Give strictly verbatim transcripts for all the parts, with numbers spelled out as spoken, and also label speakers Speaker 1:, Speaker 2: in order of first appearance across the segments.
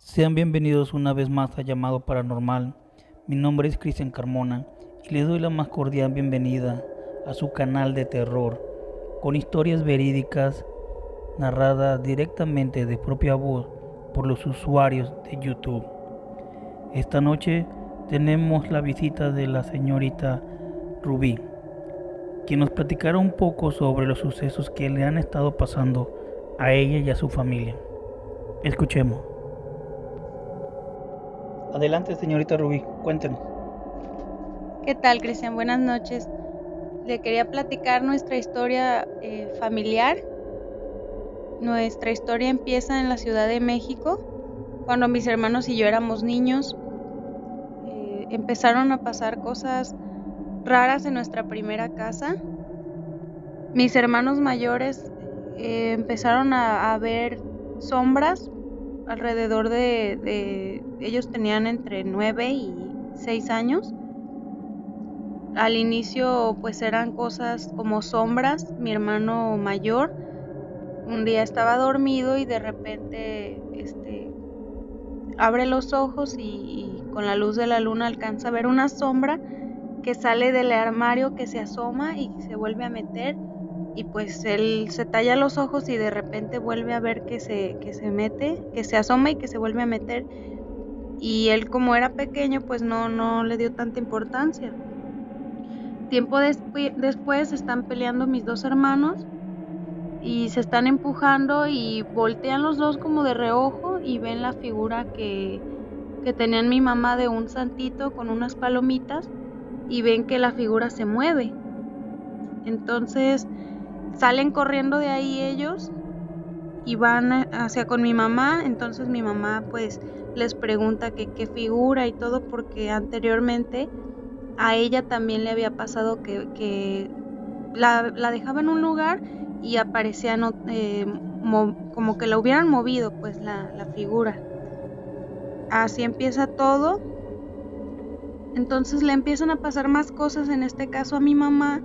Speaker 1: Sean bienvenidos una vez más a Llamado Paranormal. Mi nombre es Cristian Carmona y les doy la más cordial bienvenida a su canal de terror, con historias verídicas narradas directamente de propia voz por los usuarios de YouTube. Esta noche tenemos la visita de la señorita Rubí, quien nos platicará un poco sobre los sucesos que le han estado pasando a ella y a su familia. Escuchemos. Adelante, señorita Rubí, cuéntenos.
Speaker 2: ¿Qué tal, Cristian? Buenas noches. Le quería platicar nuestra historia eh, familiar. Nuestra historia empieza en la Ciudad de México, cuando mis hermanos y yo éramos niños. Eh, empezaron a pasar cosas raras en nuestra primera casa. Mis hermanos mayores eh, empezaron a, a ver sombras alrededor de, de... Ellos tenían entre nueve y seis años. Al inicio pues eran cosas como sombras. Mi hermano mayor un día estaba dormido y de repente este, abre los ojos y, y con la luz de la luna alcanza a ver una sombra que sale del armario, que se asoma y se vuelve a meter, y pues él se talla los ojos y de repente vuelve a ver que se, que se mete, que se asoma y que se vuelve a meter, y él, como era pequeño, pues no, no le dio tanta importancia. Tiempo despu- después están peleando mis dos hermanos y se están empujando y voltean los dos como de reojo y ven la figura que, que tenían mi mamá de un santito con unas palomitas, y ven que la figura se mueve. Entonces salen corriendo de ahí ellos y van hacia con mi mamá. Entonces mi mamá pues les pregunta que qué figura y todo, porque anteriormente a ella también le había pasado que, que la, la dejaba en un lugar y aparecía no, eh, mo, como que la hubieran movido pues la, la figura. Así empieza todo. Entonces le empiezan a pasar más cosas, en este caso a mi mamá.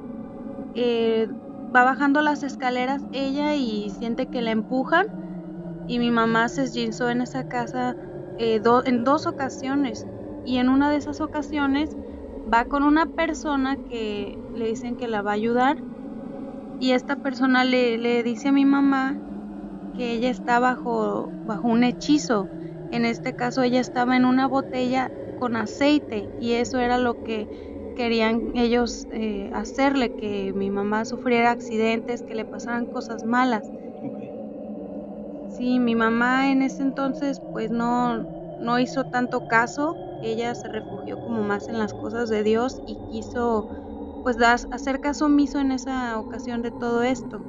Speaker 2: Eh, va bajando las escaleras ella y siente que la empujan, y mi mamá se esguinzó en esa casa eh, do, en dos ocasiones, y en una de esas ocasiones va con una persona que le dicen que la va a ayudar, y esta persona le, le dice a mi mamá que ella está bajo, bajo un hechizo. En este caso ella estaba en una botella con aceite, y eso era lo que querían ellos eh, hacerle, que mi mamá sufriera accidentes, que le pasaran cosas malas.
Speaker 1: Okay.
Speaker 2: Sí, mi mamá en ese entonces pues no, no hizo tanto caso. Ella se refugió como más en las cosas de Dios y quiso pues dar, hacer caso omiso en esa ocasión de todo esto.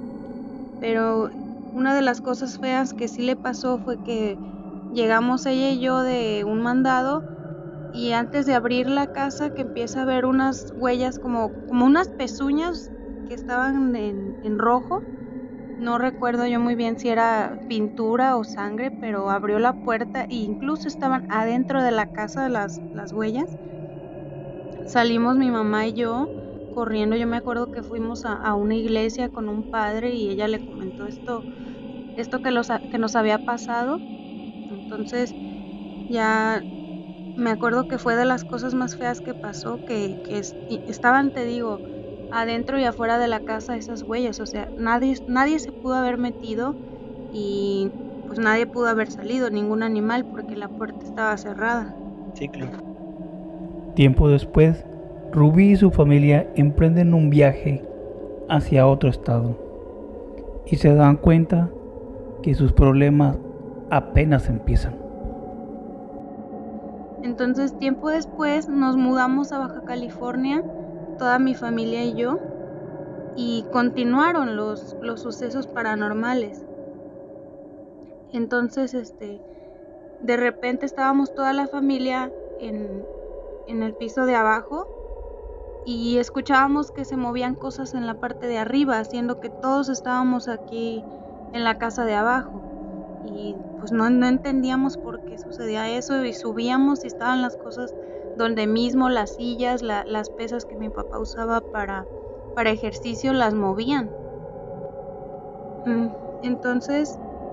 Speaker 2: Pero una de las cosas feas que sí le pasó fue que llegamos ella y yo de un mandado, y antes de abrir la casa, que empieza a ver unas huellas como, como unas pezuñas que estaban en, en rojo. No recuerdo yo muy bien si era pintura o sangre, pero abrió la puerta e incluso estaban adentro de la casa las, las huellas. Salimos mi mamá y yo corriendo. Yo me acuerdo que fuimos a, a una iglesia con un padre y ella le comentó esto, esto que, los, que nos había pasado. Entonces ya me acuerdo que fue de las cosas más feas que pasó, que, que es, estaban, te digo, adentro y afuera de la casa esas huellas. O sea, nadie, nadie se pudo haber metido y pues nadie pudo haber salido, ningún animal, porque la puerta estaba cerrada.
Speaker 1: Sí, claro. Tiempo después, Rubí y su familia emprenden un viaje hacia otro estado y se dan cuenta que sus problemas apenas empiezan.
Speaker 2: Entonces, tiempo después nos mudamos a Baja California, toda mi familia y yo, y continuaron los, los sucesos paranormales. Entonces, este, de repente estábamos toda la familia en, en el piso de abajo y escuchábamos que se movían cosas en la parte de arriba, haciendo que todos estábamos aquí en la casa de abajo. Y pues no, no entendíamos por qué sucedía eso, y subíamos y estaban las cosas donde mismo, las sillas, la, las pesas que mi papá usaba para, para ejercicio, las movían. Entonces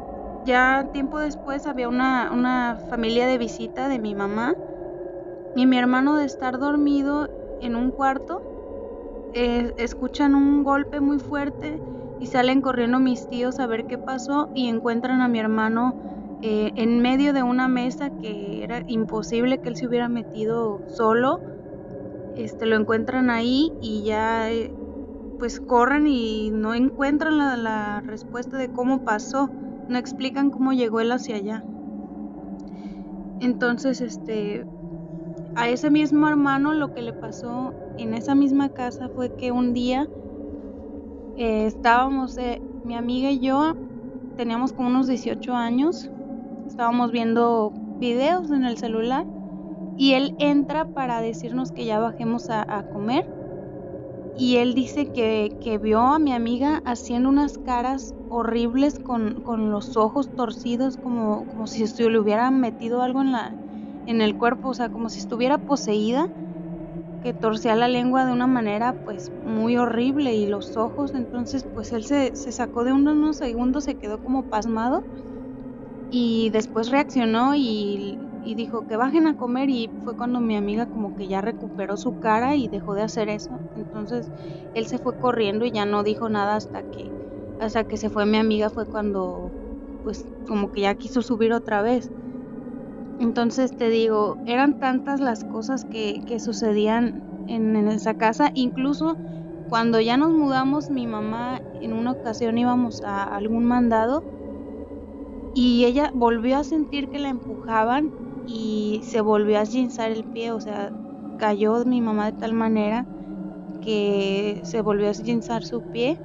Speaker 2: ya tiempo después había una, una familia de visita de mi mamá y mi hermano, de estar dormido en un cuarto, eh, escuchan un golpe muy fuerte y salen corriendo mis tíos a ver qué pasó y encuentran a mi hermano eh, en medio de una mesa que era imposible que él se hubiera metido solo. Este, lo encuentran ahí y ya eh, pues corren y no encuentran la, la respuesta de cómo pasó, no explican cómo llegó él hacia allá. Entonces, este, a ese mismo hermano lo que le pasó en esa misma casa fue que un día eh, estábamos, eh, mi amiga y yo, teníamos como unos dieciocho años, estábamos viendo videos en el celular y él entra para decirnos que ya bajemos a, a comer. Y él dice que, que vio a mi amiga haciendo unas caras horribles con, con los ojos torcidos, como, como si se le hubiera metido algo en, la, en el cuerpo, o sea, como si estuviera poseída, que torcía la lengua de una manera pues muy horrible y los ojos. Entonces pues él se, se sacó de unos, unos segundos, se quedó como pasmado y después reaccionó y, y dijo que bajen a comer, y fue cuando mi amiga como que ya recuperó su cara y dejó de hacer eso. Entonces él se fue corriendo y ya no dijo nada hasta que hasta que se fue mi amiga, fue cuando pues como que ya quiso subir otra vez. Entonces te digo, eran tantas las cosas que, que sucedían en, en esa casa. Incluso cuando ya nos mudamos, mi mamá en una ocasión íbamos a algún mandado y ella volvió a sentir que la empujaban y se volvió a esguinzar el pie, o sea, cayó mi mamá de tal manera que se volvió a esguinzar su pie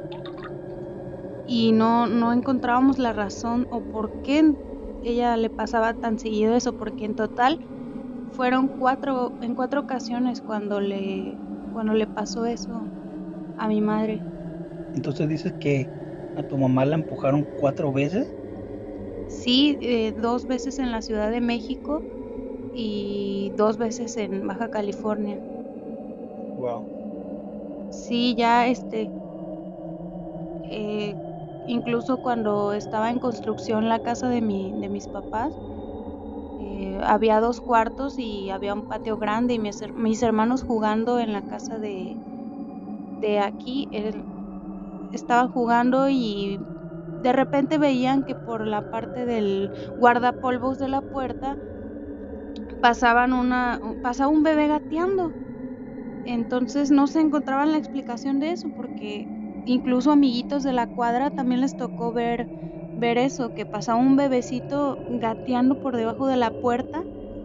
Speaker 2: y no, no encontrábamos la razón o por qué ella le pasaba tan seguido eso, porque en total fueron cuatro, en cuatro ocasiones cuando le, cuando le pasó eso a mi madre.
Speaker 1: Entonces dices que a tu mamá la empujaron cuatro veces.
Speaker 2: Sí, eh, dos veces en la Ciudad de México y dos veces en Baja California.
Speaker 1: Wow.
Speaker 2: Sí, ya este, eh, incluso cuando estaba en construcción la casa de mi, de mis papás, eh, había dos cuartos y había un patio grande y mis, mis hermanos jugando en la casa de, de aquí, él, estaban jugando y de repente veían que por la parte del guardapolvos de la puerta pasaban una, pasaba un bebé gateando. Entonces no se encontraban la explicación de eso, porque incluso amiguitos de la cuadra también les tocó ver, ver eso, que pasaba un bebecito gateando por debajo de la puerta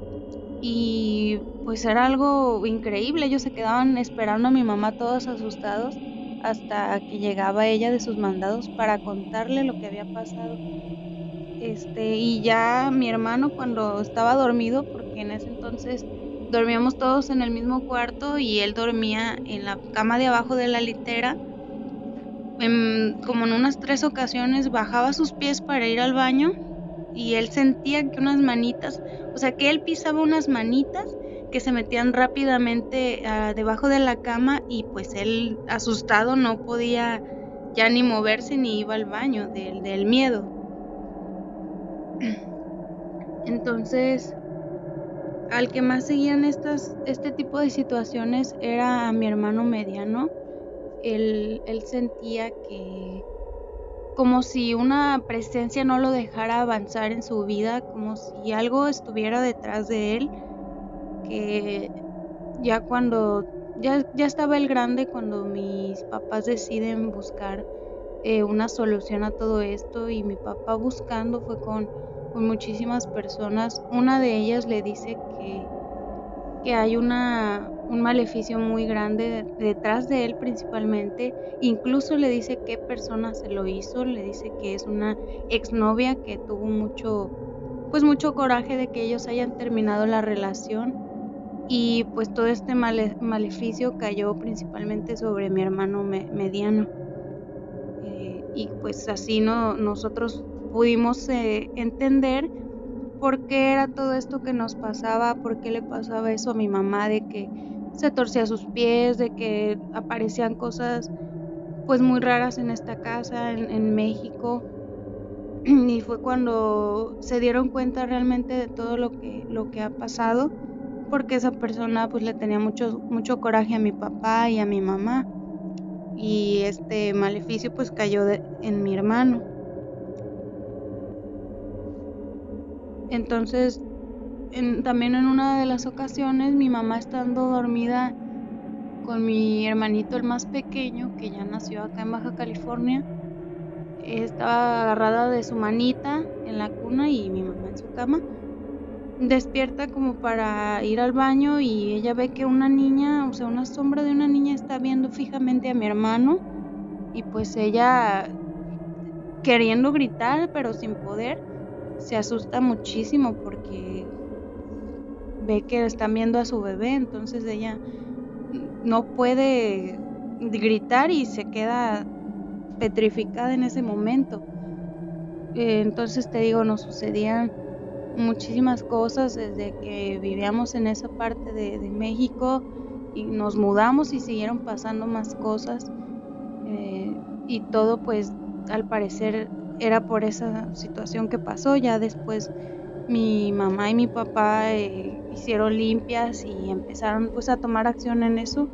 Speaker 2: y pues era algo increíble. Ellos se quedaban esperando a mi mamá todos asustados hasta que llegaba ella de sus mandados para contarle lo que había pasado. Este, y ya mi hermano, cuando estaba dormido, porque en ese entonces dormíamos todos en el mismo cuarto y él dormía en la cama de abajo de la litera, en, como en unas tres ocasiones bajaba sus pies para ir al baño y él sentía que unas manitas, o sea que él pisaba unas manitas que se metían rápidamente uh, debajo de la cama, y pues él, asustado, no podía ya ni moverse ni iba al baño del, del miedo. Entonces, al que más seguían estas, este tipo de situaciones era a mi hermano mediano. Él, él sentía que como si una presencia no lo dejara avanzar en su vida, como si algo estuviera detrás de él, que ya cuando ya, ya estaba el grande, cuando mis papás deciden buscar eh, una solución a todo esto, y mi papá buscando fue con, con muchísimas personas. Una de ellas le dice que, que hay una, un maleficio muy grande de, detrás de él principalmente. Incluso le dice qué persona se lo hizo, le dice que es una exnovia que tuvo mucho, pues mucho coraje de que ellos hayan terminado la relación. Y pues todo este male, maleficio cayó principalmente sobre mi hermano me, mediano. Eh, y pues así no, nosotros pudimos eh, entender por qué era todo esto que nos pasaba, por qué le pasaba eso a mi mamá, de que se torcía sus pies, de que aparecían cosas pues muy raras en esta casa, en, en México. y fue cuando se dieron cuenta realmente de todo lo que, lo que ha pasado, porque esa persona pues le tenía mucho, mucho coraje a mi papá y a mi mamá, y este maleficio pues cayó de, en mi hermano. Entonces, en, también en una de las ocasiones, mi mamá estando dormida con mi hermanito el más pequeño, que ya nació acá en Baja California, estaba agarrada de su manita en la cuna y mi mamá en su cama. Despierta como para ir al baño y ella ve que una niña, o sea, una sombra de una niña está viendo fijamente a mi hermano, y pues ella, queriendo gritar pero sin poder, se asusta muchísimo porque ve que están viendo a su bebé. Entonces ella no puede gritar y se queda petrificada en ese momento. Eh, entonces te digo, nos sucedían muchísimas cosas desde que vivíamos en esa parte de, de México, y nos mudamos y siguieron pasando más cosas, eh, y todo pues al parecer era por esa situación que pasó. Ya después mi mamá y mi papá eh, hicieron limpias y empezaron pues a tomar acción en eso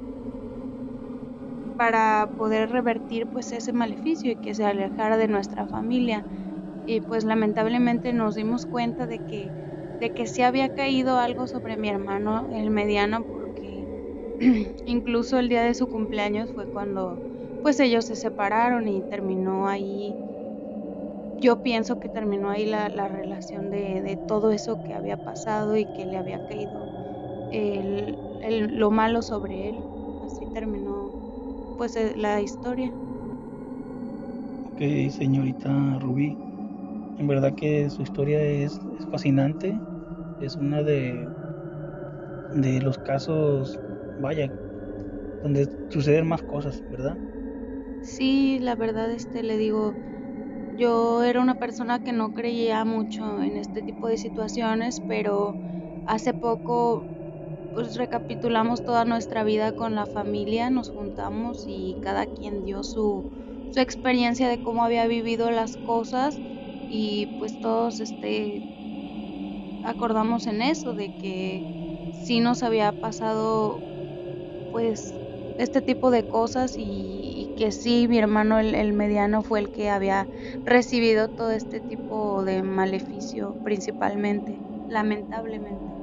Speaker 2: para poder revertir pues ese maleficio y que se alejara de nuestra familia. Y pues lamentablemente nos dimos cuenta de que de que sí había caído algo sobre mi hermano, el mediano, porque incluso el día de su cumpleaños fue cuando pues ellos se separaron y terminó ahí. Yo pienso que terminó ahí la, la relación de, de todo eso que había pasado y que le había caído el, el, lo malo sobre él. Así terminó pues eh, la historia.
Speaker 1: Ok, señorita Rubí, en verdad que su historia es, es fascinante, es una de, de los casos, vaya, donde suceden más cosas, ¿verdad?
Speaker 2: Sí, la verdad, este, le digo, yo era una persona que no creía mucho en este tipo de situaciones, pero hace poco pues recapitulamos toda nuestra vida con la familia, nos juntamos y cada quien dio su, su experiencia de cómo había vivido las cosas, y pues todos este acordamos en eso, de que sí nos había pasado pues este tipo de cosas, y, y que sí, mi hermano el, el mediano fue el que había recibido todo este tipo de maleficio principalmente, lamentablemente.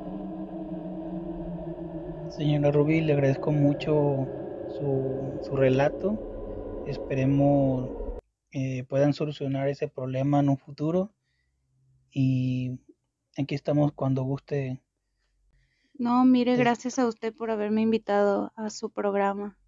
Speaker 1: Señora Rubí, le agradezco mucho su, su relato. Esperemos eh, puedan solucionar ese problema en un futuro y aquí estamos cuando guste.
Speaker 2: No, mire,
Speaker 1: Es,
Speaker 2: gracias a usted por haberme invitado a su programa.